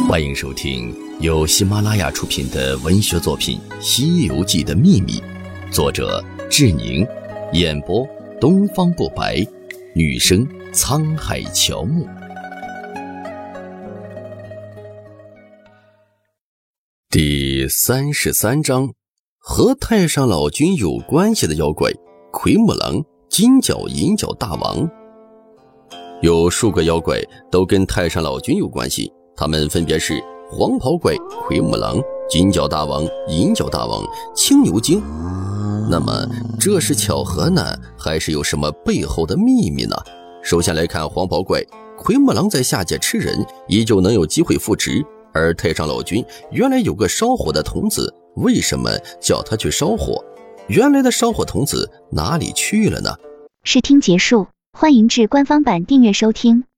欢迎收听由喜马拉雅出品的文学作品《西游记的秘密》，作者志宁，演播东方不白，女生沧海乔木。第33章，和太上老君有关系的妖怪奎木狼、金角银角大王。有数个妖怪都跟太上老君有关系，他们分别是黄袍怪、奎木狼、金角大王、银角大王、青牛精。那么这是巧合呢，还是有什么背后的秘密呢？首先来看黄袍怪，奎木狼在下界吃人依旧能有机会复职，而太上老君原来有个烧火的童子，为什么叫他去烧火？原来的烧火童子哪里去了呢？ 试听结束，欢迎至官方版订阅收听。